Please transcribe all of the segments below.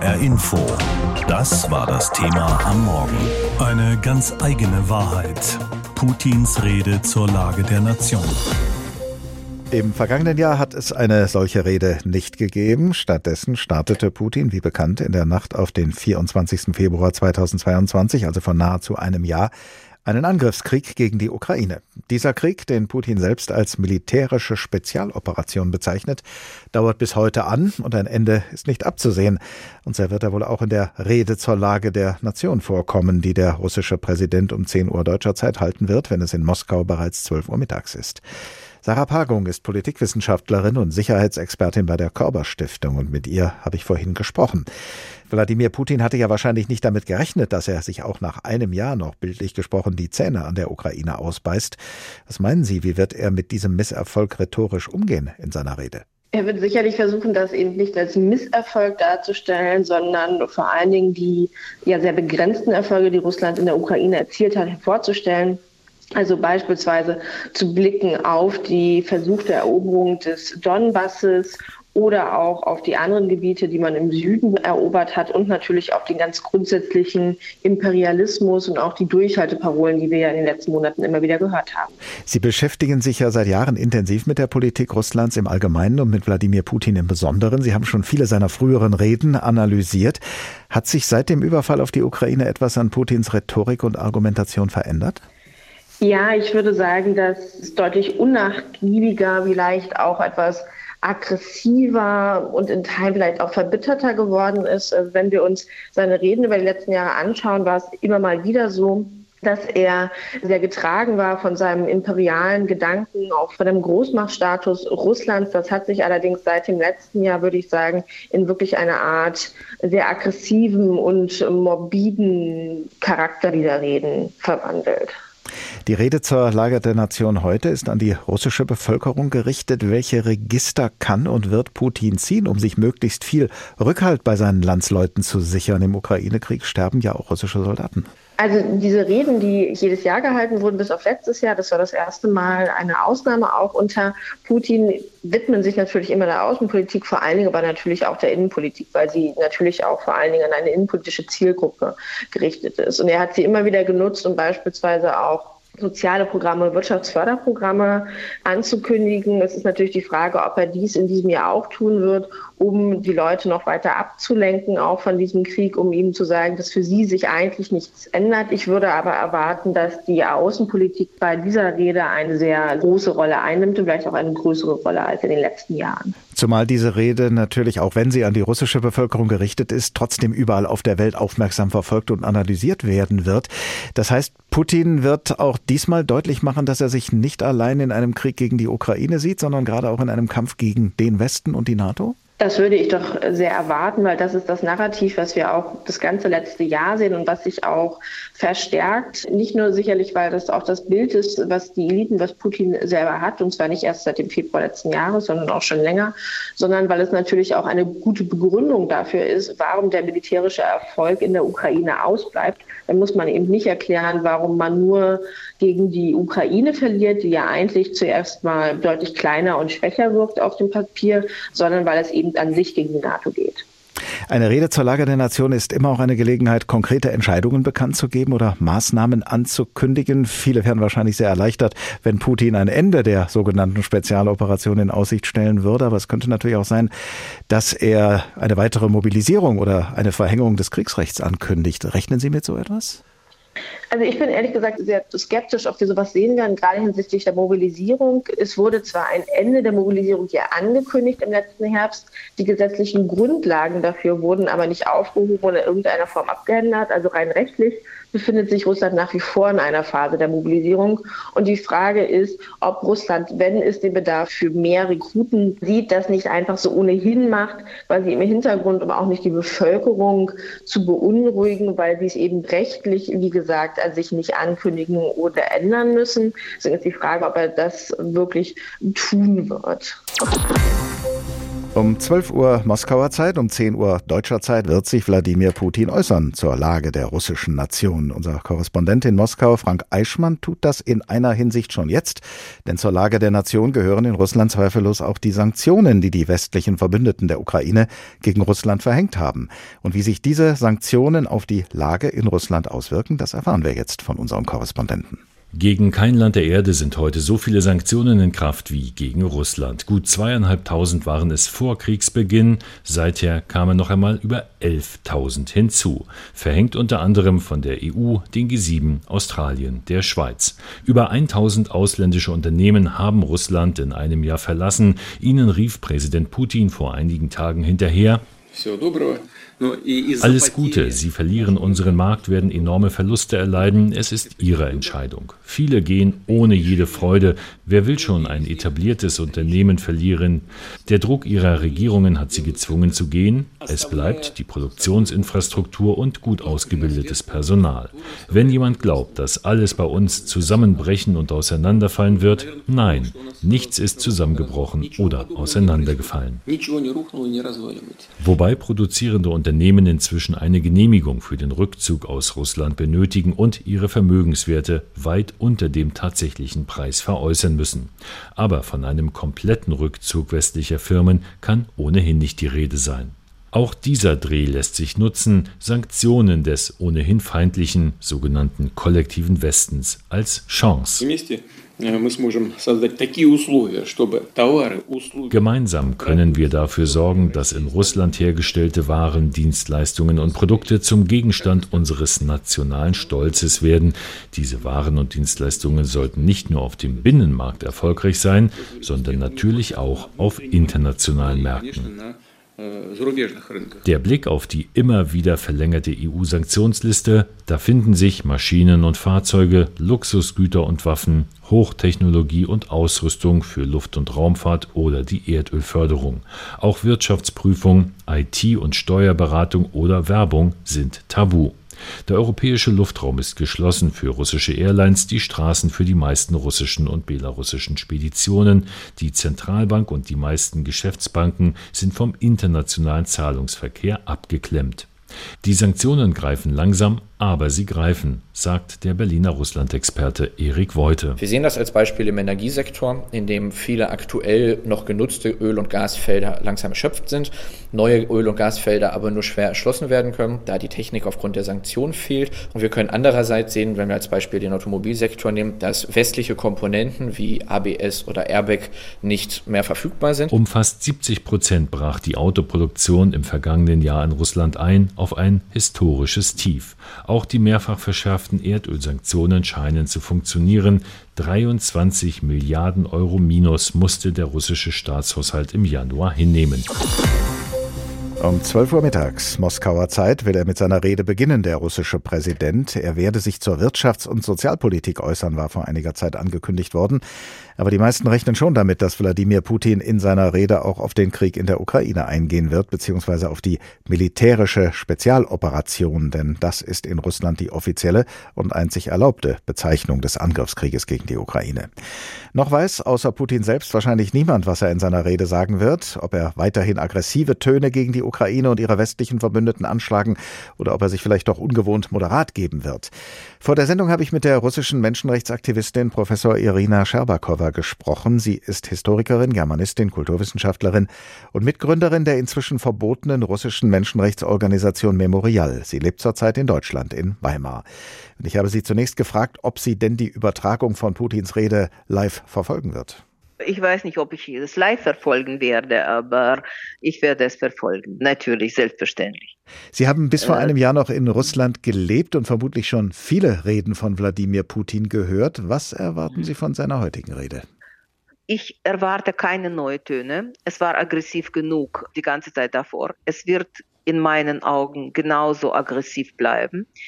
HR Info. Das war das Thema am Morgen. Eine ganz eigene Wahrheit. Putins Rede zur Lage der Nation. Im vergangenen Jahr hat es eine solche Rede nicht gegeben. Stattdessen startete Putin, wie bekannt, in der Nacht auf den 24. Februar 2022, also vor nahezu einem Jahr, einen Angriffskrieg gegen die Ukraine. Dieser Krieg, den Putin selbst als militärische Spezialoperation bezeichnet, dauert bis heute an und ein Ende ist nicht abzusehen. Und so wird er wohl auch in der Rede zur Lage der Nation vorkommen, die der russische Präsident um 10 Uhr deutscher Zeit halten wird, wenn es in Moskau bereits 12 Uhr mittags ist. Sarah Pagung ist Politikwissenschaftlerin und Sicherheitsexpertin bei der Körber-Stiftung und mit ihr habe ich vorhin gesprochen. Wladimir Putin hatte ja wahrscheinlich nicht damit gerechnet, dass er sich auch nach einem Jahr noch, bildlich gesprochen, die Zähne an der Ukraine ausbeißt. Was meinen Sie, wie wird er mit diesem Misserfolg rhetorisch umgehen in seiner Rede? Er wird sicherlich versuchen, das eben nicht als Misserfolg darzustellen, sondern vor allen Dingen die sehr begrenzten Erfolge, die Russland in der Ukraine erzielt hat, hervorzustellen. Also beispielsweise zu blicken auf die versuchte Eroberung des Donbasses oder auch auf die anderen Gebiete, die man im Süden erobert hat und natürlich auf den ganz grundsätzlichen Imperialismus und auch die Durchhalteparolen, die wir ja in den letzten Monaten immer wieder gehört haben. Sie beschäftigen sich ja seit Jahren intensiv mit der Politik Russlands im Allgemeinen und mit Wladimir Putin im Besonderen. Sie haben schon viele seiner früheren Reden analysiert. Hat sich seit dem Überfall auf die Ukraine etwas an Putins Rhetorik und Argumentation verändert? Ja, ich würde sagen, dass es deutlich unnachgiebiger, vielleicht auch etwas aggressiver und in Teilen vielleicht auch verbitterter geworden ist. Wenn wir uns seine Reden über die letzten Jahre anschauen, war es immer mal wieder so, dass er sehr getragen war von seinem imperialen Gedanken, auch von dem Großmachtstatus Russlands. Das hat sich allerdings seit dem letzten Jahr, würde ich sagen, in wirklich eine Art sehr aggressiven und morbiden Charakter dieser Reden verwandelt. Die Rede zur Lage der Nation heute ist an die russische Bevölkerung gerichtet. Welche Register kann und wird Putin ziehen, um sich möglichst viel Rückhalt bei seinen Landsleuten zu sichern? Im Ukraine-Krieg sterben ja auch russische Soldaten. Also diese Reden, die jedes Jahr gehalten wurden, bis auf letztes Jahr, das war das erste Mal eine Ausnahme auch unter Putin, widmen sich natürlich immer der Außenpolitik, vor allen Dingen aber natürlich auch der Innenpolitik, weil sie natürlich auch vor allen Dingen an eine innenpolitische Zielgruppe gerichtet ist. Und er hat sie immer wieder genutzt, um beispielsweise auch soziale Programme, Wirtschaftsförderprogramme anzukündigen. Es ist natürlich die Frage, ob er dies in diesem Jahr auch tun wird, um die Leute noch weiter abzulenken, auch von diesem Krieg, um ihnen zu sagen, dass für sie sich eigentlich nichts ändert. Ich würde aber erwarten, dass die Außenpolitik bei dieser Rede eine sehr große Rolle einnimmt und vielleicht auch eine größere Rolle als in den letzten Jahren. Zumal diese Rede natürlich, auch wenn sie an die russische Bevölkerung gerichtet ist, trotzdem überall auf der Welt aufmerksam verfolgt und analysiert werden wird. Das heißt, Putin wird auch diesmal deutlich machen, dass er sich nicht allein in einem Krieg gegen die Ukraine sieht, sondern gerade auch in einem Kampf gegen den Westen und die NATO? Das würde ich doch sehr erwarten, weil das ist das Narrativ, was wir auch das ganze letzte Jahr sehen und was sich auch verstärkt. Nicht nur sicherlich, weil das auch das Bild ist, was die Eliten, was Putin selber hat, und zwar nicht erst seit dem Februar letzten Jahres, sondern auch schon länger, sondern weil es natürlich auch eine gute Begründung dafür ist, warum der militärische Erfolg in der Ukraine ausbleibt. Dann muss man eben nicht erklären, warum man nur gegen die Ukraine verliert, die ja eigentlich zuerst mal deutlich kleiner und schwächer wirkt auf dem Papier, sondern weil es eben an sich gegen die NATO geht. Eine Rede zur Lage der Nation ist immer auch eine Gelegenheit, konkrete Entscheidungen bekannt zu geben oder Maßnahmen anzukündigen. Viele wären wahrscheinlich sehr erleichtert, wenn Putin ein Ende der sogenannten Spezialoperation in Aussicht stellen würde. Aber es könnte natürlich auch sein, dass er eine weitere Mobilisierung oder eine Verhängung des Kriegsrechts ankündigt. Rechnen Sie mit so etwas? Also ich bin ehrlich gesagt sehr skeptisch, ob wir sowas sehen werden, gerade hinsichtlich der Mobilisierung. Es wurde zwar ein Ende der Mobilisierung hier angekündigt im letzten Herbst, die gesetzlichen Grundlagen dafür wurden aber nicht aufgehoben oder in irgendeiner Form abgeändert. Also rein rechtlich befindet sich Russland nach wie vor in einer Phase der Mobilisierung. Und die Frage ist, ob Russland, wenn es den Bedarf für mehr Rekruten sieht, das nicht einfach so ohnehin macht, weil sie im Hintergrund aber auch nicht die Bevölkerung zu beunruhigen, weil sie es eben rechtlich, wie gesagt, an sich nicht ankündigen oder ändern müssen. Deswegen ist die Frage, ob er das wirklich tun wird. Um 12 Uhr Moskauer Zeit, um 10 Uhr deutscher Zeit wird sich Wladimir Putin äußern zur Lage der russischen Nation. Unser Korrespondent in Moskau, Frank Eichmann, tut das in einer Hinsicht schon jetzt. Denn zur Lage der Nation gehören in Russland zweifellos auch die Sanktionen, die die westlichen Verbündeten der Ukraine gegen Russland verhängt haben. Und wie sich diese Sanktionen auf die Lage in Russland auswirken, das erfahren wir jetzt von unserem Korrespondenten. Gegen kein Land der Erde sind heute so viele Sanktionen in Kraft wie gegen Russland. Gut 2.500 waren es vor Kriegsbeginn. Seither kamen noch einmal über 11.000 hinzu. Verhängt unter anderem von der EU, den G7, Australien, der Schweiz. Über 1.000 ausländische Unternehmen haben Russland in einem Jahr verlassen. Ihnen rief Präsident Putin vor einigen Tagen hinterher: Alles Gute, Sie verlieren unseren Markt, werden enorme Verluste erleiden. Es ist Ihre Entscheidung. Viele gehen ohne jede Freude. Wer will schon ein etabliertes Unternehmen verlieren? Der Druck Ihrer Regierungen hat Sie gezwungen zu gehen. Es bleibt die Produktionsinfrastruktur und gut ausgebildetes Personal. Wenn jemand glaubt, dass alles bei uns zusammenbrechen und auseinanderfallen wird, nein, nichts ist zusammengebrochen oder auseinandergefallen. Wobei produzierende Unternehmen inzwischen eine Genehmigung für den Rückzug aus Russland benötigen und ihre Vermögenswerte weit unter dem tatsächlichen Preis veräußern müssen. Aber von einem kompletten Rückzug westlicher Firmen kann ohnehin nicht die Rede sein. Auch dieser Dreh lässt sich nutzen, Sanktionen des ohnehin feindlichen, sogenannten kollektiven Westens als Chance. Gemeinsam können wir dafür sorgen, dass in Russland hergestellte Waren, Dienstleistungen und Produkte zum Gegenstand unseres nationalen Stolzes werden. Diese Waren und Dienstleistungen sollten nicht nur auf dem Binnenmarkt erfolgreich sein, sondern natürlich auch auf internationalen Märkten. Der Blick auf die immer wieder verlängerte EU-Sanktionsliste, da finden sich Maschinen und Fahrzeuge, Luxusgüter und Waffen, Hochtechnologie und Ausrüstung für Luft- und Raumfahrt oder die Erdölförderung. Auch Wirtschaftsprüfung, IT- und Steuerberatung oder Werbung sind tabu. Der europäische Luftraum ist geschlossen für russische Airlines, die Straßen für die meisten russischen und belarussischen Speditionen. Die Zentralbank und die meisten Geschäftsbanken sind vom internationalen Zahlungsverkehr abgeklemmt. Die Sanktionen greifen langsam, aber sie greifen, sagt der Berliner Russland-Experte Erik Woite. Wir sehen das als Beispiel im Energiesektor, in dem viele aktuell noch genutzte Öl- und Gasfelder langsam erschöpft sind, neue Öl- und Gasfelder aber nur schwer erschlossen werden können, da die Technik aufgrund der Sanktionen fehlt. Und wir können andererseits sehen, wenn wir als Beispiel den Automobilsektor nehmen, dass westliche Komponenten wie ABS oder Airbag nicht mehr verfügbar sind. Um fast 70% brach die Autoproduktion im vergangenen Jahr in Russland ein, auf ein historisches Tief. Auch die mehrfach verschärften Erdölsanktionen scheinen zu funktionieren. 23 Milliarden Euro Minus musste der russische Staatshaushalt im Januar hinnehmen. Um 12 Uhr mittags Moskauer Zeit will er mit seiner Rede beginnen, der russische Präsident. Er werde sich zur Wirtschafts- und Sozialpolitik äußern, war vor einiger Zeit angekündigt worden. Aber die meisten rechnen schon damit, dass Wladimir Putin in seiner Rede auch auf den Krieg in der Ukraine eingehen wird, beziehungsweise auf die militärische Spezialoperation. Denn das ist in Russland die offizielle und einzig erlaubte Bezeichnung des Angriffskrieges gegen die Ukraine. Noch weiß außer Putin selbst wahrscheinlich niemand, was er in seiner Rede sagen wird, ob er weiterhin aggressive Töne gegen die Ukraine und ihre westlichen Verbündeten anschlagen oder ob er sich vielleicht doch ungewohnt moderat geben wird. Vor der Sendung habe ich mit der russischen Menschenrechtsaktivistin Professor Irina Scherbakowa gesprochen. Sie ist Historikerin, Germanistin, Kulturwissenschaftlerin und Mitgründerin der inzwischen verbotenen russischen Menschenrechtsorganisation Memorial. Sie lebt zurzeit in Deutschland, in Weimar. Und ich habe sie zunächst gefragt, ob sie denn die Übertragung von Putins Rede live verfolgen wird. Ich weiß nicht, ob ich es live verfolgen werde, aber ich werde es verfolgen. Natürlich, selbstverständlich. Sie haben bis vor einem Jahr noch in Russland gelebt und vermutlich schon viele Reden von Wladimir Putin gehört. Was erwarten Sie von seiner heutigen Rede? Ich erwarte keine neuen Töne. Es war aggressiv genug die ganze Zeit davor. Es wird in meinen Augen genauso aggressiv bleiben.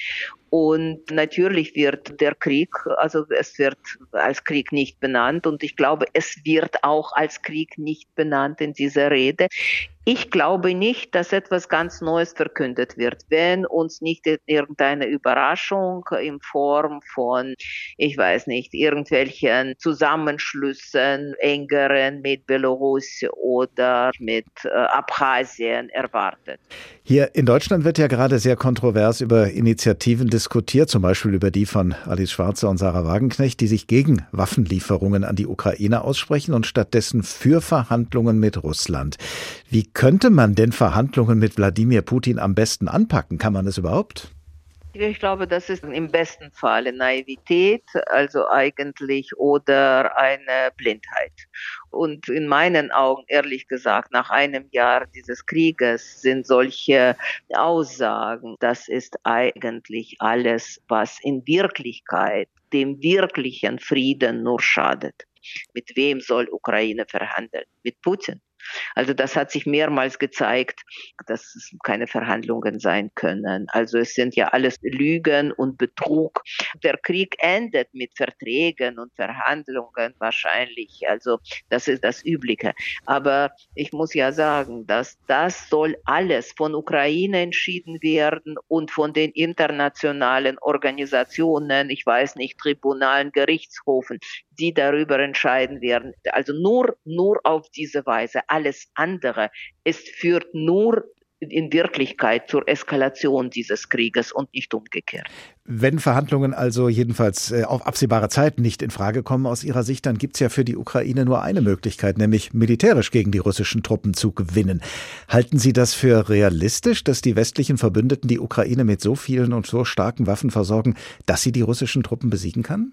Und natürlich wird der Krieg, also es wird als Krieg nicht benannt und ich glaube, es wird auch als Krieg nicht benannt in dieser Rede. Ich glaube nicht, dass etwas ganz Neues verkündet wird, wenn uns nicht irgendeine Überraschung in Form von, ich weiß nicht, irgendwelchen Zusammenschlüssen, engeren mit Belarus oder mit Abchasien erwartet. Hier in Deutschland wird ja gerade sehr kontrovers über Initiativen diskutiert, zum Beispiel über die von Alice Schwarzer und Sarah Wagenknecht, die sich gegen Waffenlieferungen an die Ukraine aussprechen und stattdessen für Verhandlungen mit Russland. Wie könnte man denn Verhandlungen mit Wladimir Putin am besten anpacken? Kann man es überhaupt? Ich glaube, das ist im besten Falle Naivität, also eigentlich, oder eine Blindheit. Und in meinen Augen, ehrlich gesagt, nach einem Jahr dieses Krieges sind solche Aussagen, das ist eigentlich alles, was in Wirklichkeit dem wirklichen Frieden nur schadet. Mit wem soll Ukraine verhandeln? Mit Putin? Also das hat sich mehrmals gezeigt, dass es keine Verhandlungen sein können. Also es sind ja alles Lügen und Betrug. Der Krieg endet mit Verträgen und Verhandlungen wahrscheinlich. Also das ist das Übliche. Aber ich muss ja sagen, dass das soll alles von Ukraine entschieden werden und von den internationalen Organisationen, ich weiß nicht, Tribunalen, Gerichtshofen, die darüber entscheiden werden. Also nur auf diese Weise. Alles andere, es führt nur in Wirklichkeit zur Eskalation dieses Krieges und nicht umgekehrt. Wenn Verhandlungen also jedenfalls auf absehbare Zeit nicht in Frage kommen aus Ihrer Sicht, dann gibt es ja für die Ukraine nur eine Möglichkeit, nämlich militärisch gegen die russischen Truppen zu gewinnen. Halten Sie das für realistisch, dass die westlichen Verbündeten die Ukraine mit so vielen und so starken Waffen versorgen, dass sie die russischen Truppen besiegen kann?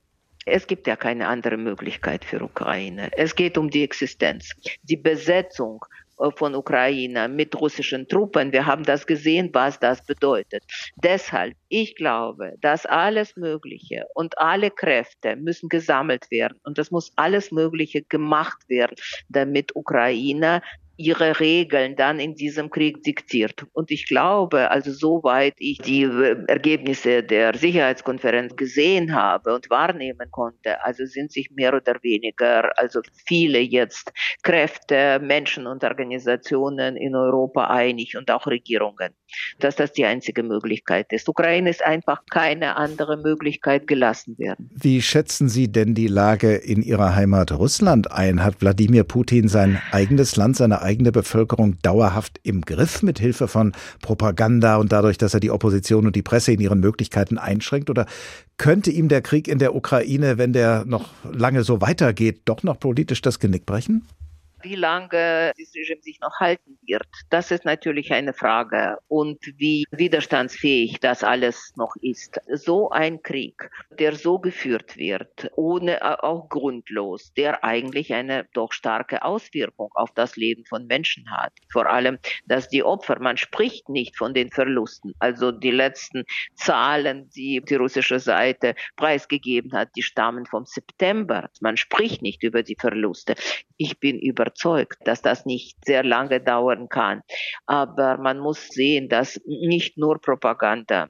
Es gibt ja keine andere Möglichkeit für Ukraine. Es geht um die Existenz. Die Besetzung von Ukraine mit russischen Truppen, wir haben das gesehen, was das bedeutet. Deshalb, ich glaube, dass alles Mögliche und alle Kräfte müssen gesammelt werden und es muss alles Mögliche gemacht werden, damit Ukraine ihre Regeln dann in diesem Krieg diktiert. Und ich glaube, also soweit ich die Ergebnisse der Sicherheitskonferenz gesehen habe und wahrnehmen konnte, also sind sich mehr oder weniger, also viele jetzt Kräfte, Menschen und Organisationen in Europa einig und auch Regierungen, dass das die einzige Möglichkeit ist. Ukraine ist einfach keine andere Möglichkeit gelassen werden. Wie schätzen Sie denn die Lage in Ihrer Heimat Russland ein? Hat Wladimir Putin sein eigenes Land, seine eigene Bevölkerung dauerhaft im Griff mit Hilfe von Propaganda und dadurch, dass er die Opposition und die Presse in ihren Möglichkeiten einschränkt? Oder könnte ihm der Krieg in der Ukraine, wenn der noch lange so weitergeht, doch noch politisch das Genick brechen? Wie lange dieses Regime sich noch halten wird, das ist natürlich eine Frage. Und wie widerstandsfähig das alles noch ist. So ein Krieg, der so geführt wird, ohne auch grundlos, der eigentlich eine doch starke Auswirkung auf das Leben von Menschen hat. Vor allem, dass die Opfer, man spricht nicht von den Verlusten. Also die letzten Zahlen, die die russische Seite preisgegeben hat, die stammen vom September. Man spricht nicht über die Verluste. Ich bin überzeugt, dass das nicht sehr lange dauern kann. Aber man muss sehen, dass nicht nur Propaganda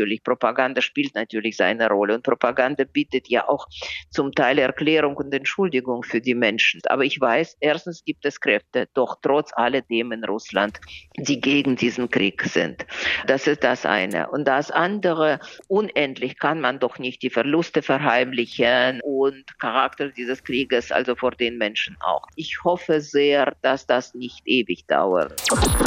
spielt natürlich seine Rolle. Und Propaganda bietet ja auch zum Teil Erklärung und Entschuldigung für die Menschen. Aber ich weiß, erstens gibt es Kräfte, doch trotz alledem in Russland, die gegen diesen Krieg sind. Das ist das eine. Und das andere, unendlich kann man doch nicht die Verluste verheimlichen und Charakter dieses Krieges, also vor den Menschen auch. Ich hoffe sehr, dass das nicht ewig dauert.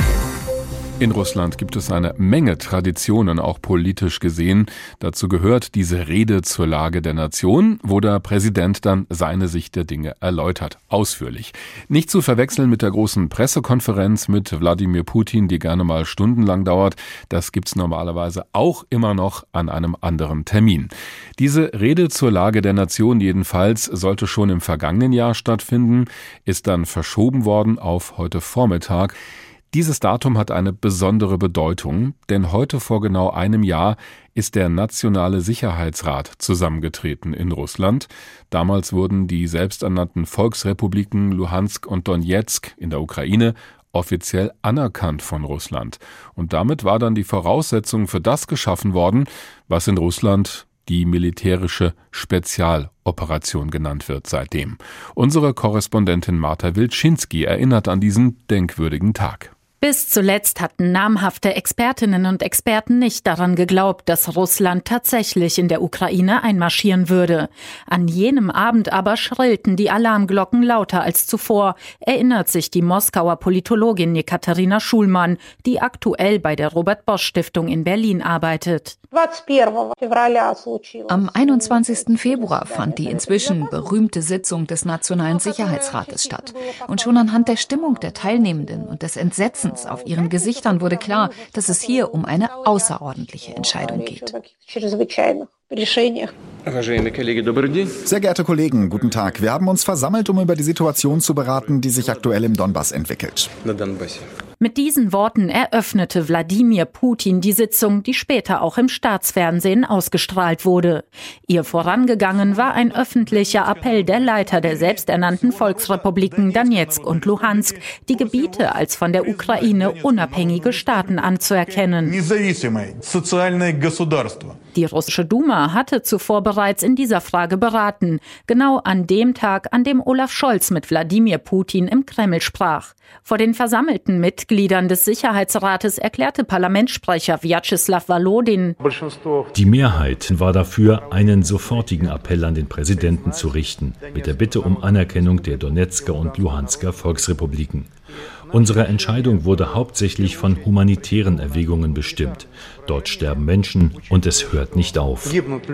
In Russland gibt es eine Menge Traditionen, auch politisch gesehen. Dazu gehört diese Rede zur Lage der Nation, wo der Präsident dann seine Sicht der Dinge erläutert, ausführlich. Nicht zu verwechseln mit der großen Pressekonferenz mit Wladimir Putin, die gerne mal stundenlang dauert. Das gibt's normalerweise auch immer noch an einem anderen Termin. Diese Rede zur Lage der Nation jedenfalls sollte schon im vergangenen Jahr stattfinden, ist dann verschoben worden auf heute Vormittag. Dieses Datum hat eine besondere Bedeutung, denn heute vor genau einem Jahr ist der Nationale Sicherheitsrat zusammengetreten in Russland. Damals wurden die selbsternannten Volksrepubliken Luhansk und Donezk in der Ukraine offiziell anerkannt von Russland. Und damit war dann die Voraussetzung für das geschaffen worden, was in Russland die militärische Spezialoperation genannt wird seitdem. Unsere Korrespondentin Marta Wilczynski erinnert an diesen denkwürdigen Tag. Bis zuletzt hatten namhafte Expertinnen und Experten nicht daran geglaubt, dass Russland tatsächlich in der Ukraine einmarschieren würde. An jenem Abend aber schrillten die Alarmglocken lauter als zuvor, erinnert sich die Moskauer Politologin Jekaterina Schulmann, die aktuell bei der Robert-Bosch-Stiftung in Berlin arbeitet. Am 21. Februar fand die inzwischen berühmte Sitzung des Nationalen Sicherheitsrates statt. Und schon anhand der Stimmung der Teilnehmenden und des Entsetzens auf ihren Gesichtern wurde klar, dass es hier um eine außerordentliche Entscheidung geht. Sehr geehrte Kollegen, guten Tag. Wir haben uns versammelt, um über die Situation zu beraten, die sich aktuell im Donbass entwickelt. Mit diesen Worten eröffnete Wladimir Putin die Sitzung, die später auch im Staatsfernsehen ausgestrahlt wurde. Ihr vorangegangen war ein öffentlicher Appell der Leiter der selbsternannten Volksrepubliken Donezk und Luhansk, die Gebiete als von der Ukraine unabhängige Staaten anzuerkennen. Die russische Duma hatte zuvor bereits in dieser Frage beraten, genau an dem Tag, an dem Olaf Scholz mit Wladimir Putin im Kreml sprach. Vor den versammelten Mitgliedern des Sicherheitsrates erklärte Parlamentssprecher Vyacheslav Volodin: Die Mehrheit war dafür, einen sofortigen Appell an den Präsidenten zu richten, mit der Bitte um Anerkennung der Donezker und Luhansker Volksrepubliken. Unsere Entscheidung wurde hauptsächlich von humanitären Erwägungen bestimmt. Dort sterben Menschen und es hört nicht auf.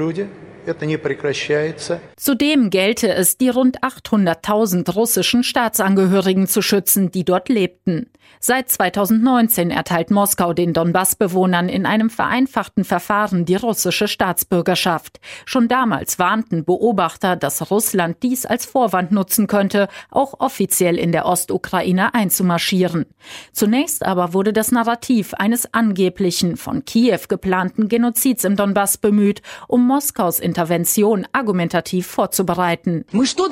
Zudem gelte es, die rund 800.000 russischen Staatsangehörigen zu schützen, die dort lebten. Seit 2019 erteilt Moskau den Donbass-Bewohnern in einem vereinfachten Verfahren die russische Staatsbürgerschaft. Schon damals warnten Beobachter, dass Russland dies als Vorwand nutzen könnte, auch offiziell in der Ostukraine einzumarschieren. Zunächst aber wurde das Narrativ eines angeblichen, von Kiew geplanten Genozids im Donbass bemüht, um Moskaus Intervention argumentativ vorzubereiten.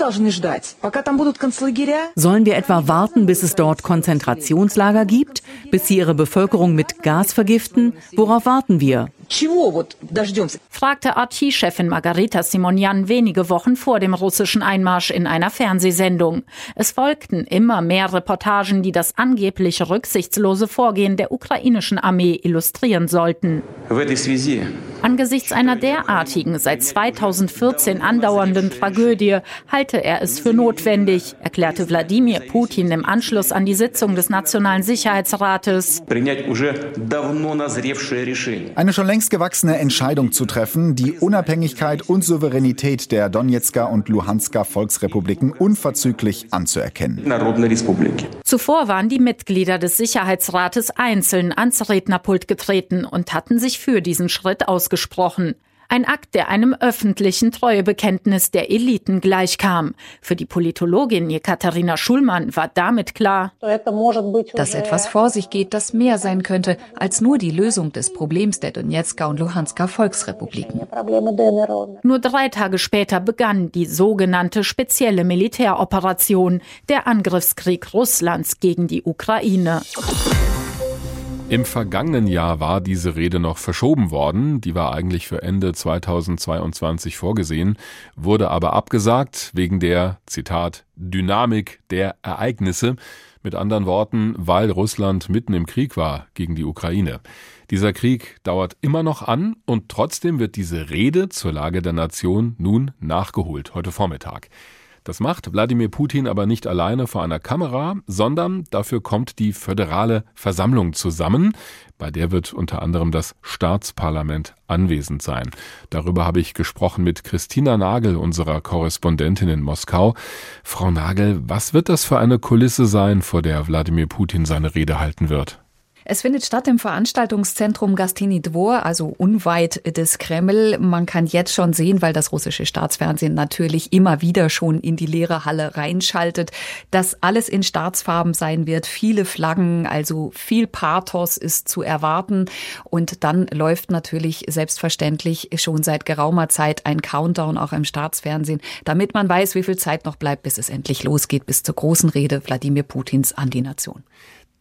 Sollen wir etwa warten, bis es dort Konzentrationslager gibt, bis sie ihre Bevölkerung mit Gas vergiften? Worauf warten wir? Fragte RT-Chefin Margarita Simonian wenige Wochen vor dem russischen Einmarsch in einer Fernsehsendung. Es folgten immer mehr Reportagen, die das angeblich rücksichtslose Vorgehen der ukrainischen Armee illustrieren sollten. Angesichts einer derartigen, seit 2014 andauernden Tragödie halte er es für notwendig, erklärte Wladimir Putin im Anschluss an die Sitzung des Nationalen Sicherheitsrates, eine schon längst gewachsene Entscheidung zu treffen, die Unabhängigkeit und Souveränität der Donezker und Luhansker Volksrepubliken unverzüglich anzuerkennen. Zuvor waren die Mitglieder des Sicherheitsrates einzeln ans Rednerpult getreten und hatten sich für diesen Schritt ausgesprochen. Ein Akt, der einem öffentlichen Treuebekenntnis der Eliten gleichkam. Für die Politologin Jekaterina Schulmann war damit klar, dass etwas vor sich geht, das mehr sein könnte als nur die Lösung des Problems der Donezker und Luhansker Volksrepubliken. Nur 3 Tage später begann die sogenannte spezielle Militäroperation, der Angriffskrieg Russlands gegen die Ukraine. Im vergangenen Jahr war diese Rede noch verschoben worden. Die war eigentlich für Ende 2022 vorgesehen, wurde aber abgesagt wegen der, Zitat, Dynamik der Ereignisse. Mit anderen Worten, weil Russland mitten im Krieg war gegen die Ukraine. Dieser Krieg dauert immer noch an und trotzdem wird diese Rede zur Lage der Nation nun nachgeholt, heute Vormittag. Das macht Wladimir Putin aber nicht alleine vor einer Kamera, sondern dafür kommt die Föderale Versammlung zusammen. Bei der wird unter anderem das Staatsparlament anwesend sein. Darüber habe ich gesprochen mit Christina Nagel, unserer Korrespondentin in Moskau. Frau Nagel, was wird das für eine Kulisse sein, vor der Wladimir Putin seine Rede halten wird? Es findet statt im Veranstaltungszentrum Gostiny Dvor, also unweit des Kreml. Man kann jetzt schon sehen, weil das russische Staatsfernsehen natürlich immer wieder schon in die leere Halle reinschaltet, dass alles in Staatsfarben sein wird. Viele Flaggen, also viel Pathos ist zu erwarten. Und dann läuft natürlich selbstverständlich schon seit geraumer Zeit ein Countdown auch im Staatsfernsehen, damit man weiß, wie viel Zeit noch bleibt, bis es endlich losgeht, bis zur großen Rede Wladimir Putins an die Nation.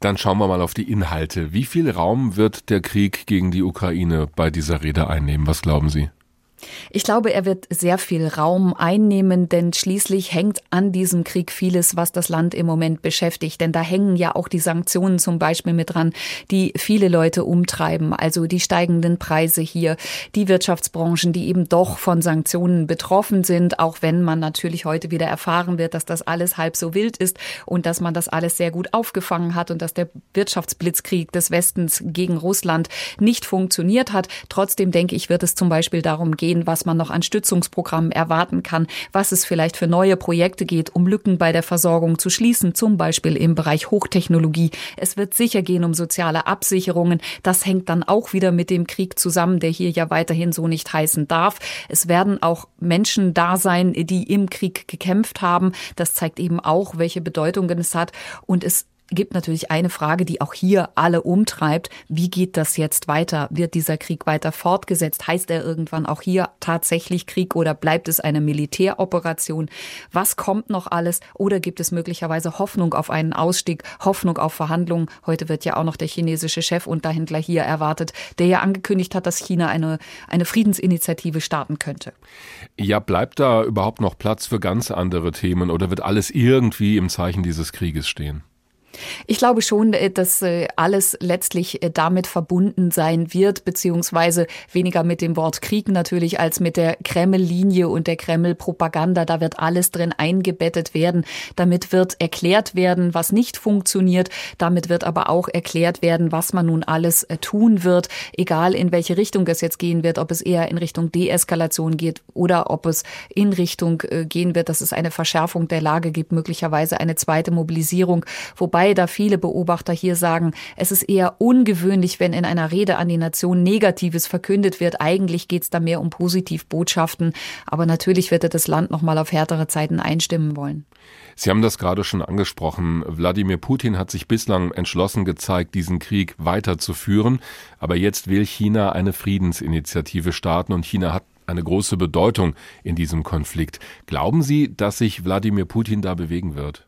Dann schauen wir mal auf die Inhalte. Wie viel Raum wird der Krieg gegen die Ukraine bei dieser Rede einnehmen? Was glauben Sie? Ich glaube, er wird sehr viel Raum einnehmen, denn schließlich hängt an diesem Krieg vieles, was das Land im Moment beschäftigt. Denn da hängen ja auch die Sanktionen zum Beispiel mit dran, die viele Leute umtreiben. Also die steigenden Preise hier, die Wirtschaftsbranchen, die eben doch von Sanktionen betroffen sind, auch wenn man natürlich heute wieder erfahren wird, dass das alles halb so wild ist und dass man das alles sehr gut aufgefangen hat und dass der Wirtschaftsblitzkrieg des Westens gegen Russland nicht funktioniert hat. Trotzdem denke ich, wird es zum Beispiel darum gehen, was man noch an Stützungsprogrammen erwarten kann, was es vielleicht für neue Projekte geht, um Lücken bei der Versorgung zu schließen, zum Beispiel im Bereich Hochtechnologie. Es wird sicher gehen um soziale Absicherungen. Das hängt dann auch wieder mit dem Krieg zusammen, der hier ja weiterhin so nicht heißen darf. Es werden auch Menschen da sein, die im Krieg gekämpft haben. Das zeigt eben auch, welche Bedeutung es hat. Und es gibt natürlich eine Frage, die auch hier alle umtreibt. Wie geht das jetzt weiter? Wird dieser Krieg weiter fortgesetzt? Heißt er irgendwann auch hier tatsächlich Krieg oder bleibt es eine Militäroperation? Was kommt noch alles? Oder gibt es möglicherweise Hoffnung auf einen Ausstieg, Hoffnung auf Verhandlungen? Heute wird ja auch noch der chinesische Chefunterhändler hier erwartet, der ja angekündigt hat, dass China eine Friedensinitiative starten könnte. Ja, bleibt da überhaupt noch Platz für ganz andere Themen oder wird alles irgendwie im Zeichen dieses Krieges stehen? Ich glaube schon, dass alles letztlich damit verbunden sein wird, beziehungsweise weniger mit dem Wort Krieg natürlich als mit der Kreml-Linie und der Kreml-Propaganda. Da wird alles drin eingebettet werden. Damit wird erklärt werden, was nicht funktioniert. Damit wird aber auch erklärt werden, was man nun alles tun wird, egal in welche Richtung es jetzt gehen wird, ob es eher in Richtung Deeskalation geht oder ob es in Richtung gehen wird, dass es eine Verschärfung der Lage gibt, möglicherweise eine zweite Mobilisierung, wobei da viele Beobachter hier sagen, es ist eher ungewöhnlich, wenn in einer Rede an die Nation Negatives verkündet wird. Eigentlich geht es da mehr um Positivbotschaften. Aber natürlich wird er das Land noch mal auf härtere Zeiten einstimmen wollen. Sie haben das gerade schon angesprochen. Wladimir Putin hat sich bislang entschlossen gezeigt, diesen Krieg weiterzuführen. Aber jetzt will China eine Friedensinitiative starten und China hat eine große Bedeutung in diesem Konflikt. Glauben Sie, dass sich Wladimir Putin da bewegen wird?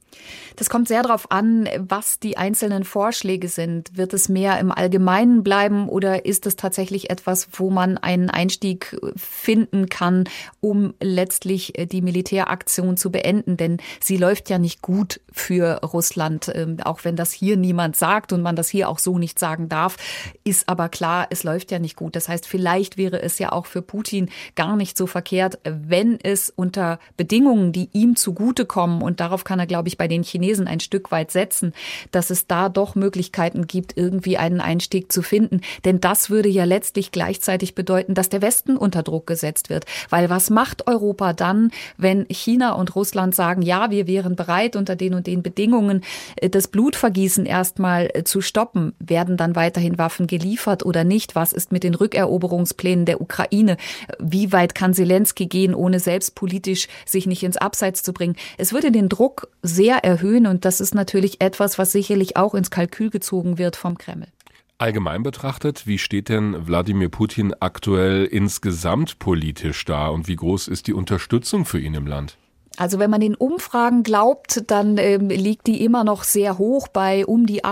Das kommt sehr darauf an, was die einzelnen Vorschläge sind. Wird es mehr im Allgemeinen bleiben oder ist es tatsächlich etwas, wo man einen Einstieg finden kann, um letztlich die Militäraktion zu beenden? Denn sie läuft ja nicht gut für Russland, auch wenn das hier niemand sagt und man das hier auch so nicht sagen darf, ist aber klar, es läuft ja nicht gut. Das heißt, vielleicht wäre es ja auch für Putin gar nicht so verkehrt, wenn es unter Bedingungen, die ihm zugutekommen, und darauf kann er, glaube ich, bei den Chinesen ein Stück weit setzen, dass es da doch Möglichkeiten gibt, irgendwie einen Einstieg zu finden. Denn das würde ja letztlich gleichzeitig bedeuten, dass der Westen unter Druck gesetzt wird. Weil was macht Europa dann, wenn China und Russland sagen, ja, wir wären bereit, unter den und den Bedingungen das Blutvergießen erstmal zu stoppen? Werden dann weiterhin Waffen geliefert oder nicht? Was ist mit den Rückeroberungsplänen der Ukraine? Wie weit kann Zelensky gehen, ohne selbst politisch sich nicht ins Abseits zu bringen? Es würde den Druck sehr erhöhen und das ist natürlich etwas, was sicherlich auch ins Kalkül gezogen wird vom Kreml. Allgemein betrachtet, wie steht denn Wladimir Putin aktuell insgesamt politisch da und wie groß ist die Unterstützung für ihn im Land? Also wenn man den Umfragen glaubt, dann liegt die immer noch sehr hoch bei um die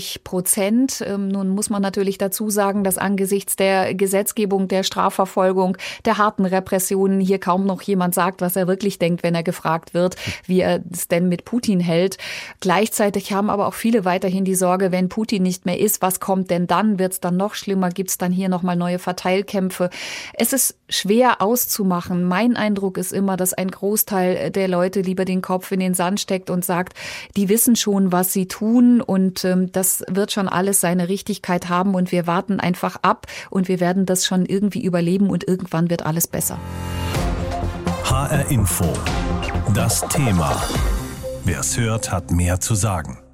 80%. Nun muss man natürlich dazu sagen, dass angesichts der Gesetzgebung, der Strafverfolgung, der harten Repressionen hier kaum noch jemand sagt, was er wirklich denkt, wenn er gefragt wird, wie er es denn mit Putin hält. Gleichzeitig haben aber auch viele weiterhin die Sorge, wenn Putin nicht mehr ist, was kommt denn dann? Wird es dann noch schlimmer? Gibt es dann hier nochmal neue Verteilkämpfe? Es ist schwer auszumachen. Mein Eindruck ist immer, dass ein Großteil der Leute lieber den Kopf in den Sand steckt und sagt, die wissen schon, was sie tun und das wird schon alles seine Richtigkeit haben und wir warten einfach ab und wir werden das schon irgendwie überleben und irgendwann wird alles besser. HR Info. Das Thema. Wer es hört, hat mehr zu sagen.